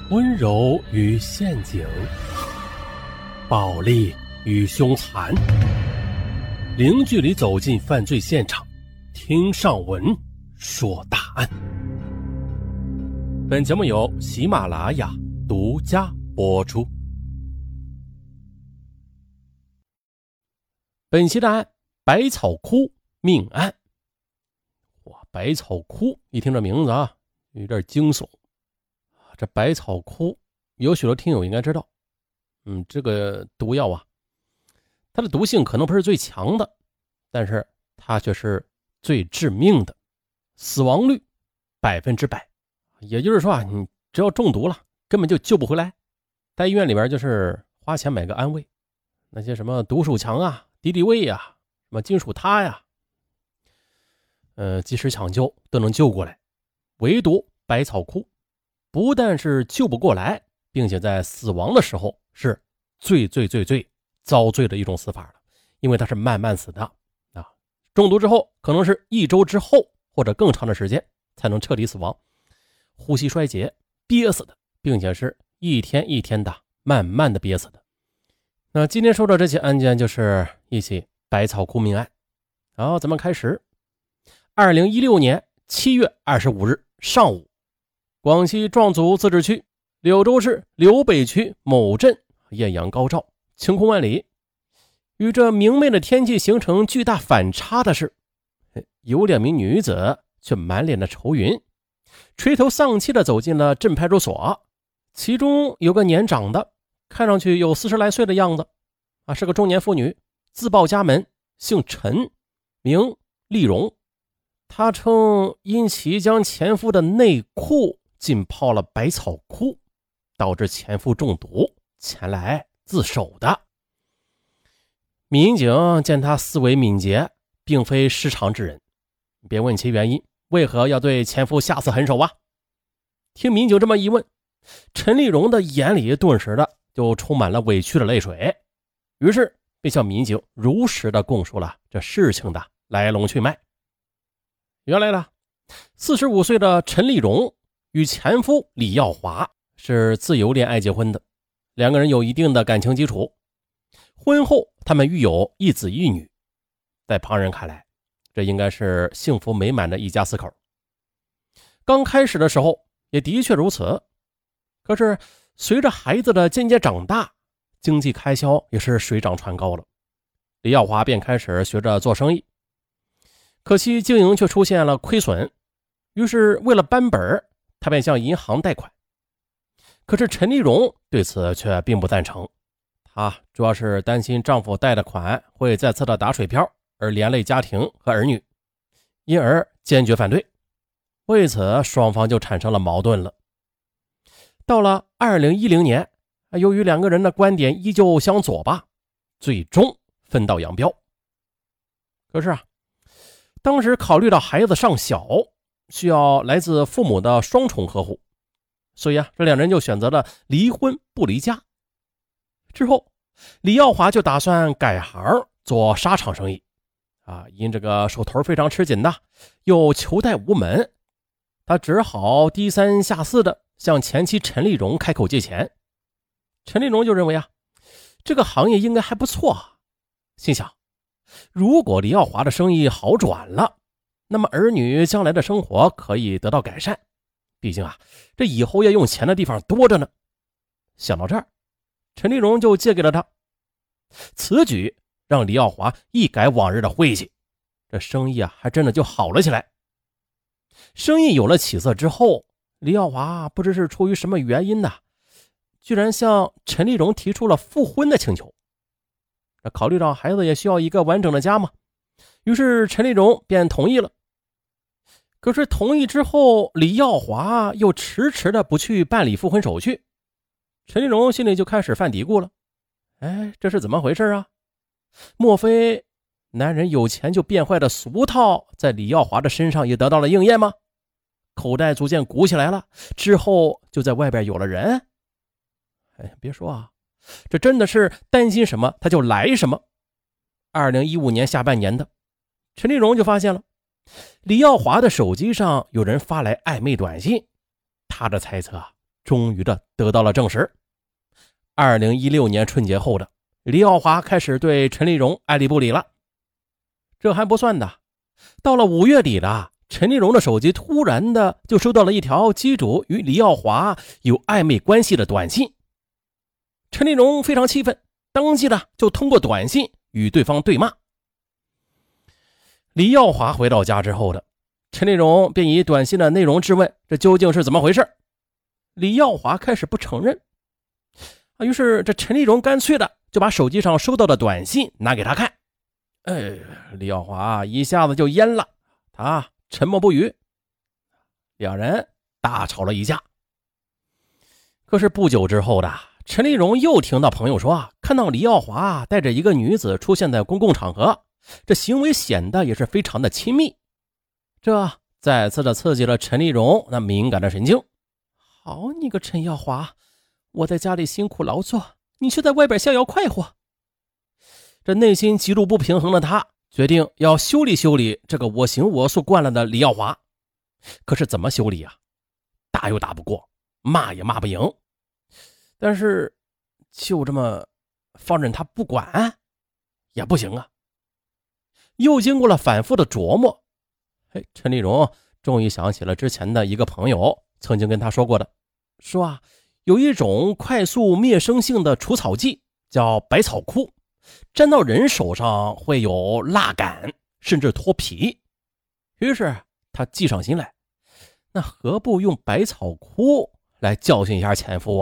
温柔与陷阱，暴力与凶残，零距离走进犯罪现场，听上文说大案。本节目由喜马拉雅独家播出。本期的案，百草窟命案。哇，百草窟一听这名字啊，有点惊悚。这百草窟有许多听友应该知道，这个毒药啊，它的毒性可能不是最强的，但是它却是最致命的，死亡率100%。也就是说啊，你只要中毒了，根本就救不回来，在医院里边就是花钱买个安慰。那些什么毒鼠强啊、敌敌畏呀、什么金属他呀，及时抢救都能救过来，唯独百草窟不但是救不过来，并且在死亡的时候是最遭罪的一种死法了，因为它是慢慢死的啊，中毒之后可能是1周之后或者更长的时间才能彻底死亡，呼吸衰竭，憋死的，并且是一天一天的慢慢的憋死的。那今天说的这起案件就是一起百草窟命案。好，咱们开始。2016年7月25日上午，广西壮族自治区柳州市柳北区某镇艳阳高照，晴空万里。与这明媚的天气形成巨大反差的是，有2名女子却满脸的愁云，垂头丧气地走进了镇派出所。其中有个年长的，看上去有40来岁的样子啊，是个中年妇女，自报家门，姓陈，名丽蓉。她称因其将前夫的内裤浸泡了百草窟，导致前夫中毒，前来自首的。民警见他思维敏捷，并非失常之人，别问其原因，为何要对前夫下此狠手啊？听民警这么一问，陈丽蓉的眼里顿时的就充满了委屈的泪水，于是便向民警如实的供述了这事情的来龙去脉。原来呢，45岁的陈丽蓉与前夫李耀华是自由恋爱结婚的，2个人有一定的感情基础。婚后他们育有1子1女，在旁人看来，这应该是幸福美满的一家4口。刚开始的时候也的确如此，可是随着孩子的渐渐长大，经济开销也是水涨船高了。李耀华便开始学着做生意，可惜经营却出现了亏损，于是为了扳本，他便向银行贷款。可是陈丽蓉对此却并不赞成，她主要是担心丈夫贷的款会再次的打水漂，而连累家庭和儿女，因而坚决反对。为此双方就产生了矛盾了。到了2010年，由于2个人的观点依旧相左吧，最终分道扬镳。可是当时考虑到孩子尚小，需要来自父母的双重呵护，所以这2人就选择了离婚不离家。之后李耀华就打算改行做纱厂生意因这个手头非常吃紧又求贷无门，他只好低三下四的向前妻陈丽蓉开口借钱。陈丽蓉就认为这个行业应该还不错心想如果李耀华的生意好转了，那么儿女将来的生活可以得到改善，毕竟这以后要用钱的地方多着呢。想到这儿，陈丽蓉就借给了他。此举让李耀华一改往日的晦气，这生意还真的就好了起来。生意有了起色之后，李耀华不知是出于什么原因居然向陈丽蓉提出了复婚的请求。考虑到孩子也需要一个完整的家嘛，于是陈丽蓉便同意了。可是同意之后，李耀华又迟迟的不去办理复婚手续。陈丽蓉心里就开始犯嘀咕了，这是怎么回事莫非男人有钱就变坏的俗套在李耀华的身上也得到了应验吗？口袋逐渐鼓起来了，之后就在外边有了人。别说这真的是担心什么他就来什么。2015年下半年的，陈丽蓉就发现了李耀华的手机上有人发来暧昧短信，他的猜测终于的得到了证实。2016年春节后的李耀华开始对陈丽蓉爱理不理了。这还不算的，到了5月底了，陈丽蓉的手机突然的就收到了一条机主与李耀华有暧昧关系的短信。陈丽蓉非常气愤，当即的就通过短信与对方对骂。李耀华回到家之后的陈丽蓉便以短信的内容质问这究竟是怎么回事。李耀华开始不承认，于是这陈丽蓉干脆的就把手机上收到的短信拿给他看。李耀华一下子就淹了，他沉默不语，两人大吵了一架。可是不久之后的陈丽蓉又听到朋友说看到李耀华带着一个女子出现在公共场合，这行为显得也是非常的亲密，这再次的刺激了陈丽蓉那敏感的神经。好你个陈耀华，我在家里辛苦劳作，你却在外边逍遥快活。这内心极度不平衡的他决定要修理修理这个我行我素惯了的李耀华。可是怎么修理啊？打又打不过，骂也骂不赢。但是就这么放任他不管也不行啊。又经过了反复的琢磨，陈丽蓉终于想起了之前的一个朋友曾经跟他说过的，说有一种快速灭生性的除草剂叫百草枯，沾到人手上会有蜡感甚至脱皮。于是他计上心来，那何不用百草枯来教训一下前夫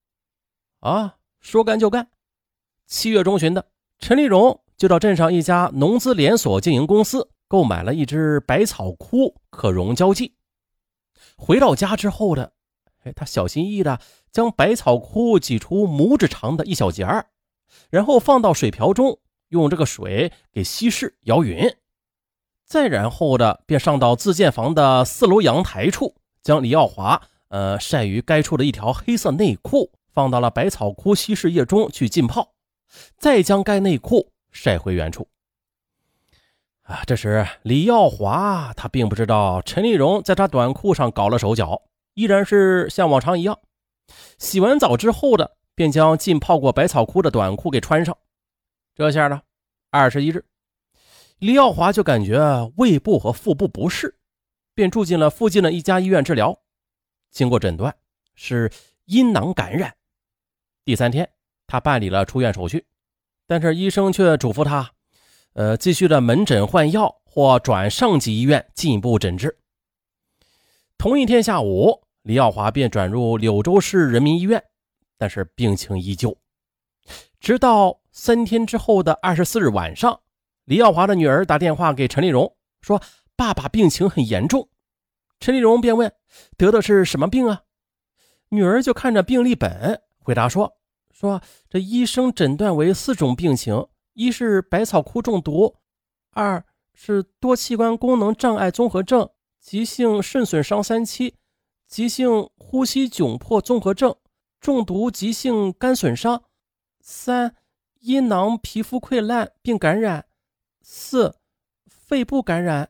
说干就干。7月中旬的陈丽蓉就到镇上一家农资连锁经营公司购买了一支百草枯可溶胶剂。回到家之后的他小心翼翼的将百草枯挤出拇指长的一小截儿，然后放到水瓢中，用这个水给稀释摇匀。再然后的便上到自建房的4楼阳台处，将李耀华晒于该处的一条黑色内裤放到了百草枯稀释液中去浸泡，再将该内裤晒回原处。这时李耀华他并不知道陈丽蓉在他短裤上搞了手脚，依然是像往常一样，洗完澡之后的便将浸泡过百草枯的短裤给穿上。这下呢21日，李耀华就感觉胃部和腹部不适，便住进了附近的一家医院治疗。经过诊断是阴囊感染。第3天他办理了出院手续，但是医生却嘱咐他继续的门诊换药或转上级医院进一步诊治。同一天下午，李耀华便转入柳州市人民医院，但是病情依旧。直到3天之后的24日晚上，李耀华的女儿打电话给陈丽蓉说爸爸病情很严重。陈丽蓉便问得的是什么病啊？女儿就看着病历本回答说这医生诊断为4种病情，一是百草枯中毒，2是多器官功能障碍综合症、急性肾损伤3期、急性呼吸窘迫综合症、中毒急性肝损伤，3阴囊皮肤溃烂并感染，4肺部感染。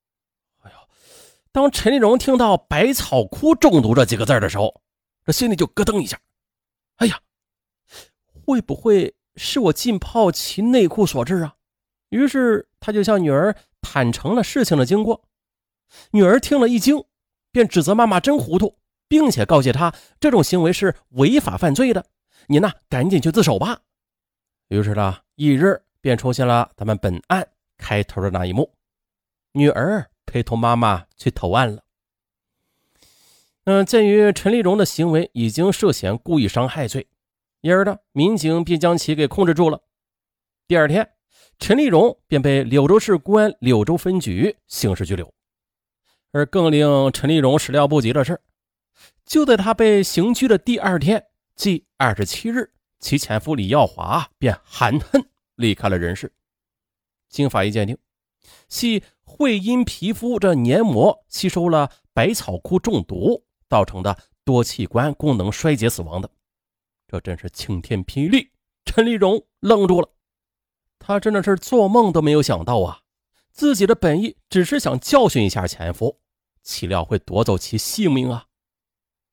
当陈丽蓉听到百草枯中毒这几个字的时候，这心里就咯噔一下，会不会是我浸泡其内裤所致啊？于是他就向女儿坦诚了事情的经过。女儿听了一惊，便指责妈妈真糊涂，并且告诫她这种行为是违法犯罪的，你呢赶紧去自首吧。于是呢翌日便出现了咱们本案开头的那一幕，女儿陪同妈妈去投案了。鉴于陈丽蓉的行为已经涉嫌故意伤害罪，因而呢民警便将其给控制住了。第2天，陈丽蓉便被柳州市公安柳州分局刑事拘留。而更令陈丽蓉始料不及的是，就在她被刑拘的第2天，即27日，其前夫李耀华便含恨离开了人世。经法医鉴定，系会阴皮肤这黏膜吸收了百草枯中毒造成的多器官功能衰竭死亡的。这真是晴天霹雳，陈丽蓉愣住了。她真的是做梦都没有想到自己的本意只是想教训一下前夫，岂料会夺走其性命啊。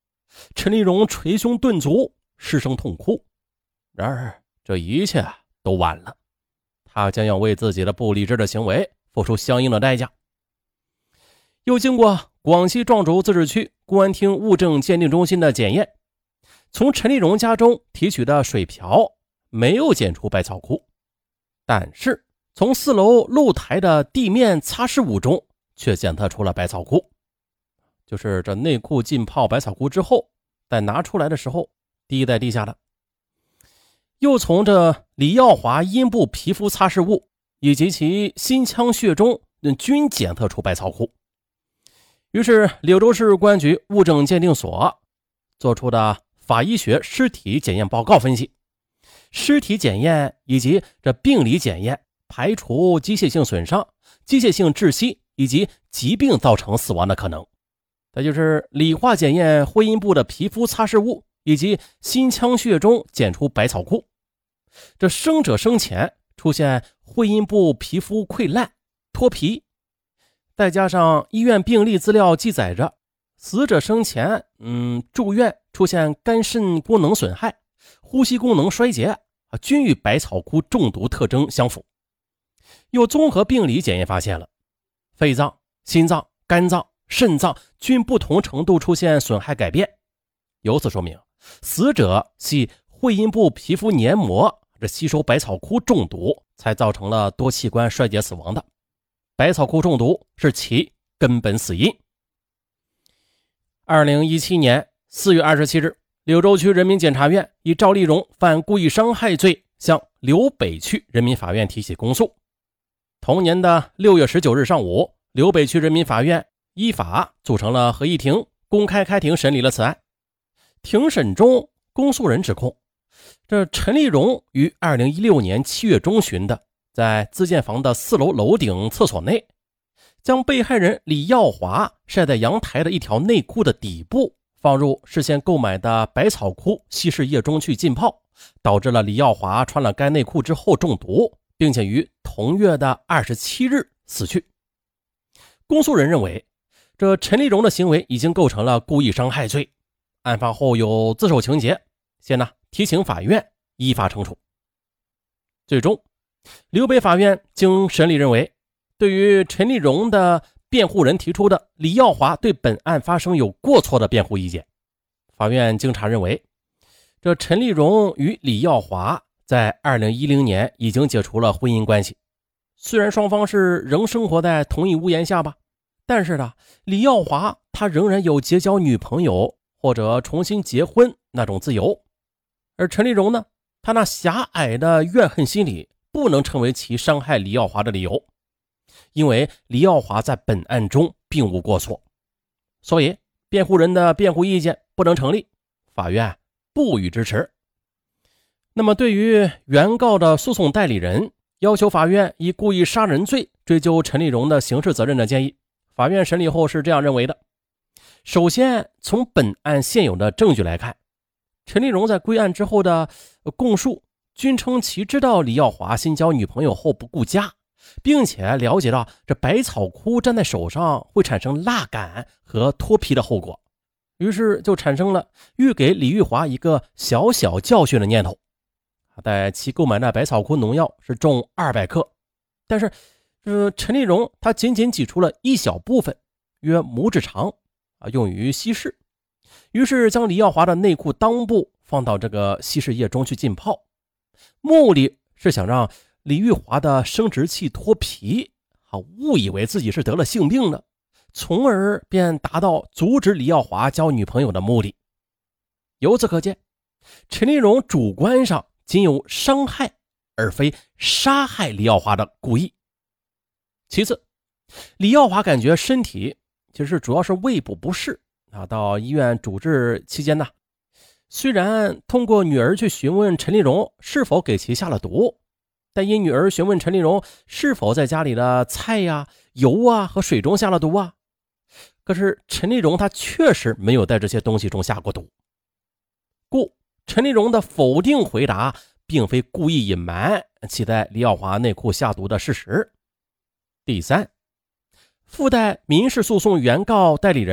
陈立荣捶胸顿足，失声痛哭。然而这一切都晚了，他将要为自己的不理智的行为付出相应的代价。又经过广西壮族自治区公安厅物证鉴定中心的检验，从陈立荣家中提取的水瓢没有检出百草枯，但是从4楼露台的地面擦拭物中却检测出了百草枯，就是这内裤浸泡百草枯之后再拿出来的时候滴在地下的。又从这李耀华阴部皮肤擦拭物以及其心腔血中均检测出百草枯。于是柳州市公安局物证鉴定所做出的法医学尸体检验报告分析，尸体检验以及这病理检验排除机械性损伤、机械性窒息以及疾病造成死亡的可能。再就是理化检验会阴部的皮肤擦拭物以及心腔血中检出百草枯。这生者生前出现会阴部皮肤溃烂、脱皮，再加上医院病历资料记载着死者生前住院出现肝肾功能损害、呼吸功能衰竭，均与百草枯中毒特征相符。又综合病理检验发现了肺脏、心脏、肝脏、肾脏均不同程度出现损害改变，由此说明死者系会阴部皮肤黏膜吸收百草枯中毒，才造成了多器官衰竭死亡的。百草枯中毒是其根本死因。2017年4月27日，柳州区人民检察院以赵立荣犯故意伤害罪向柳北区人民法院提起公诉。同年的6月19日上午，柳北区人民法院依法组成了合议庭，公开开庭审理了此案。庭审中，公诉人指控这陈立荣于2016年7月中旬的在自建房的4楼楼顶厕所内，将被害人李耀华晒在阳台的一条内裤的底部放入事先购买的百草枯稀释液中去浸泡，导致了李耀华穿了该内裤之后中毒，并且于同月的27日死去。公诉人认为这陈立荣的行为已经构成了故意伤害罪，案发后有自首情节，现提请法院依法惩处。最终柳北法院经审理认为，对于陈立荣的辩护人提出的李耀华对本案发生有过错的辩护意见，法院经查认为，这陈立荣与李耀华在2010年已经解除了婚姻关系，虽然双方是仍生活在同一屋檐下吧，但是李耀华他仍然有结交女朋友或者重新结婚那种自由，而陈立荣呢，他那狭隘的怨恨心理不能成为其伤害李耀华的理由，因为李耀华在本案中并无过错，所以辩护人的辩护意见不能成立，法院不予支持。那么对于原告的诉讼代理人要求法院以故意杀人罪追究陈立荣的刑事责任的建议，法院审理后是这样认为的。首先，从本案现有的证据来看，陈立荣在归案之后的供述均称其知道李耀华新交女朋友后不顾家，并且了解到这百草枯粘在手上会产生蜡感和脱皮的后果，于是就产生了欲给李玉华一个小小教训的念头。在其购买的百草枯农药是重200克，但是陈立荣他仅仅挤出了一小部分，约拇指长用于稀释，于是将李耀华的内裤裆部放到这个稀释液中去浸泡，目的是想让李玉华的生殖器脱皮，误以为自己是得了性病了，从而便达到阻止李耀华交女朋友的目的。由此可见，陈立荣主观上仅有伤害而非杀害李耀华的故意。其次，李耀华感觉身体其实主要是胃部不适到医院主治期间呢，虽然通过女儿去询问陈立荣是否给其下了毒，但因女儿询问陈立荣是否在家里的菜油和水中下了毒可是陈立荣他确实没有在这些东西中下过毒，故陈立荣的否定回答并非故意隐瞒其在李耀华内裤下毒的事实。第三，附带民事诉讼原告代理人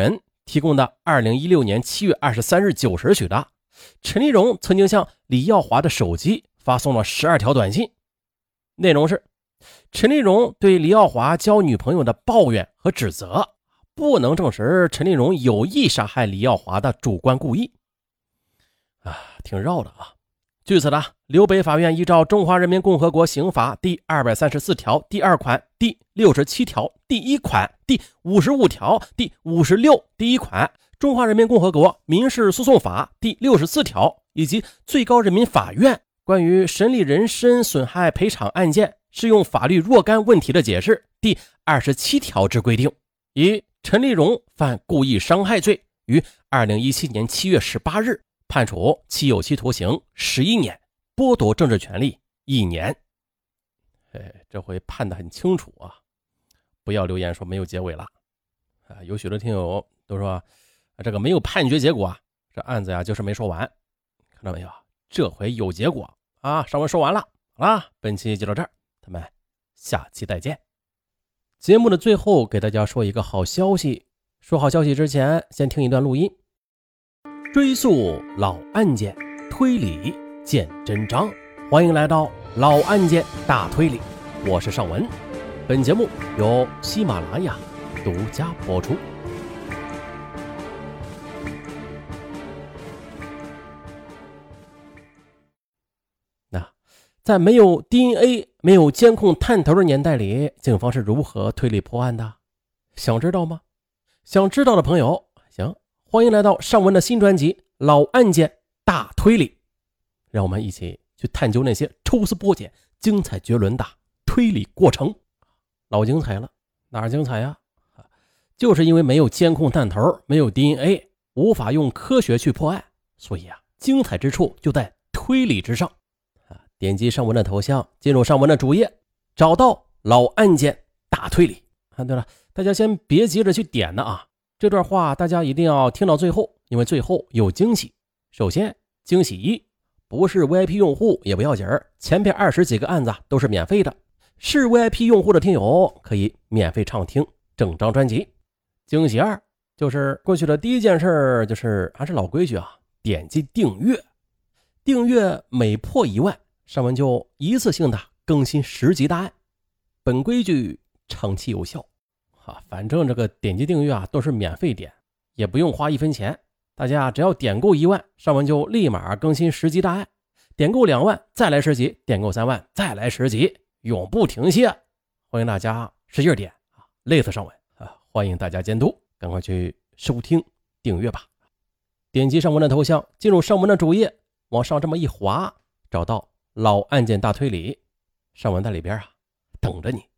提供的2016年7月23日9时许的，陈立荣曾经向李耀华的手机发送了12条短信，内容是陈立荣对李耀华交女朋友的抱怨和指责，不能证实陈立荣有意杀害李耀华的主观故意。挺绕的啊。据此呢，刘北法院依照《中华人民共和国刑法》第234条第2款、第67条第1款、第55条第56第1款、中华人民共和国民事诉讼法第64条以及最高人民法院关于审理人身损害赔偿案件适用法律若干问题的解释第27条之规定，以陈立荣犯故意伤害罪于2017年7月18日判处其有期徒刑11年，剥夺政治权利1年。这回判得很清楚啊！不要留言说没有结尾了有许多听友都说这个没有判决结果啊，这案子呀就是没说完。看到没有？这回有结果啊！上文说完了，好啦，本期就到这儿，咱们下期再见。节目的最后给大家说一个好消息，说好消息之前先听一段录音。追溯老案件，推理见真章，欢迎来到老案件大推理，我是尚文。本节目由喜马拉雅独家播出。在没有 DNA 没有监控探头的年代里，警方是如何推理破案的？想知道吗？想知道的朋友行，欢迎来到尚文的新专辑《老案件大推理》，让我们一起去探究那些抽丝剥茧、精彩绝伦的推理过程。老精彩了，哪儿精彩呀？就是因为没有监控探头，没有 DNA， 无法用科学去破案，所以精彩之处就在推理之上。点击尚文的头像，进入尚文的主页，找到老案件大推理。对了，大家先别急着去点呢这段话大家一定要听到最后，因为最后有惊喜。首先，惊喜一，不是 VIP 用户也不要紧前边20几个案子都是免费的，是 VIP 用户的听友可以免费畅听整张专辑。惊喜二，就是过去的第一件事，就是还是老规矩点击订阅，订阅每破1万，尚文就一次性的更新10集大案，本规矩长期有效反正这个点击订阅都是免费点，也不用花1分钱，大家只要点够1万，尚文就立马更新10集大案，点够2万再来10集，点够3万再来10集，永不停歇。欢迎大家使劲点累死尚文欢迎大家监督，赶快去收听订阅吧。点击尚文的头像，进入尚文的主页，往上这么一滑，找到老案件大推理，尚文在里边等着你。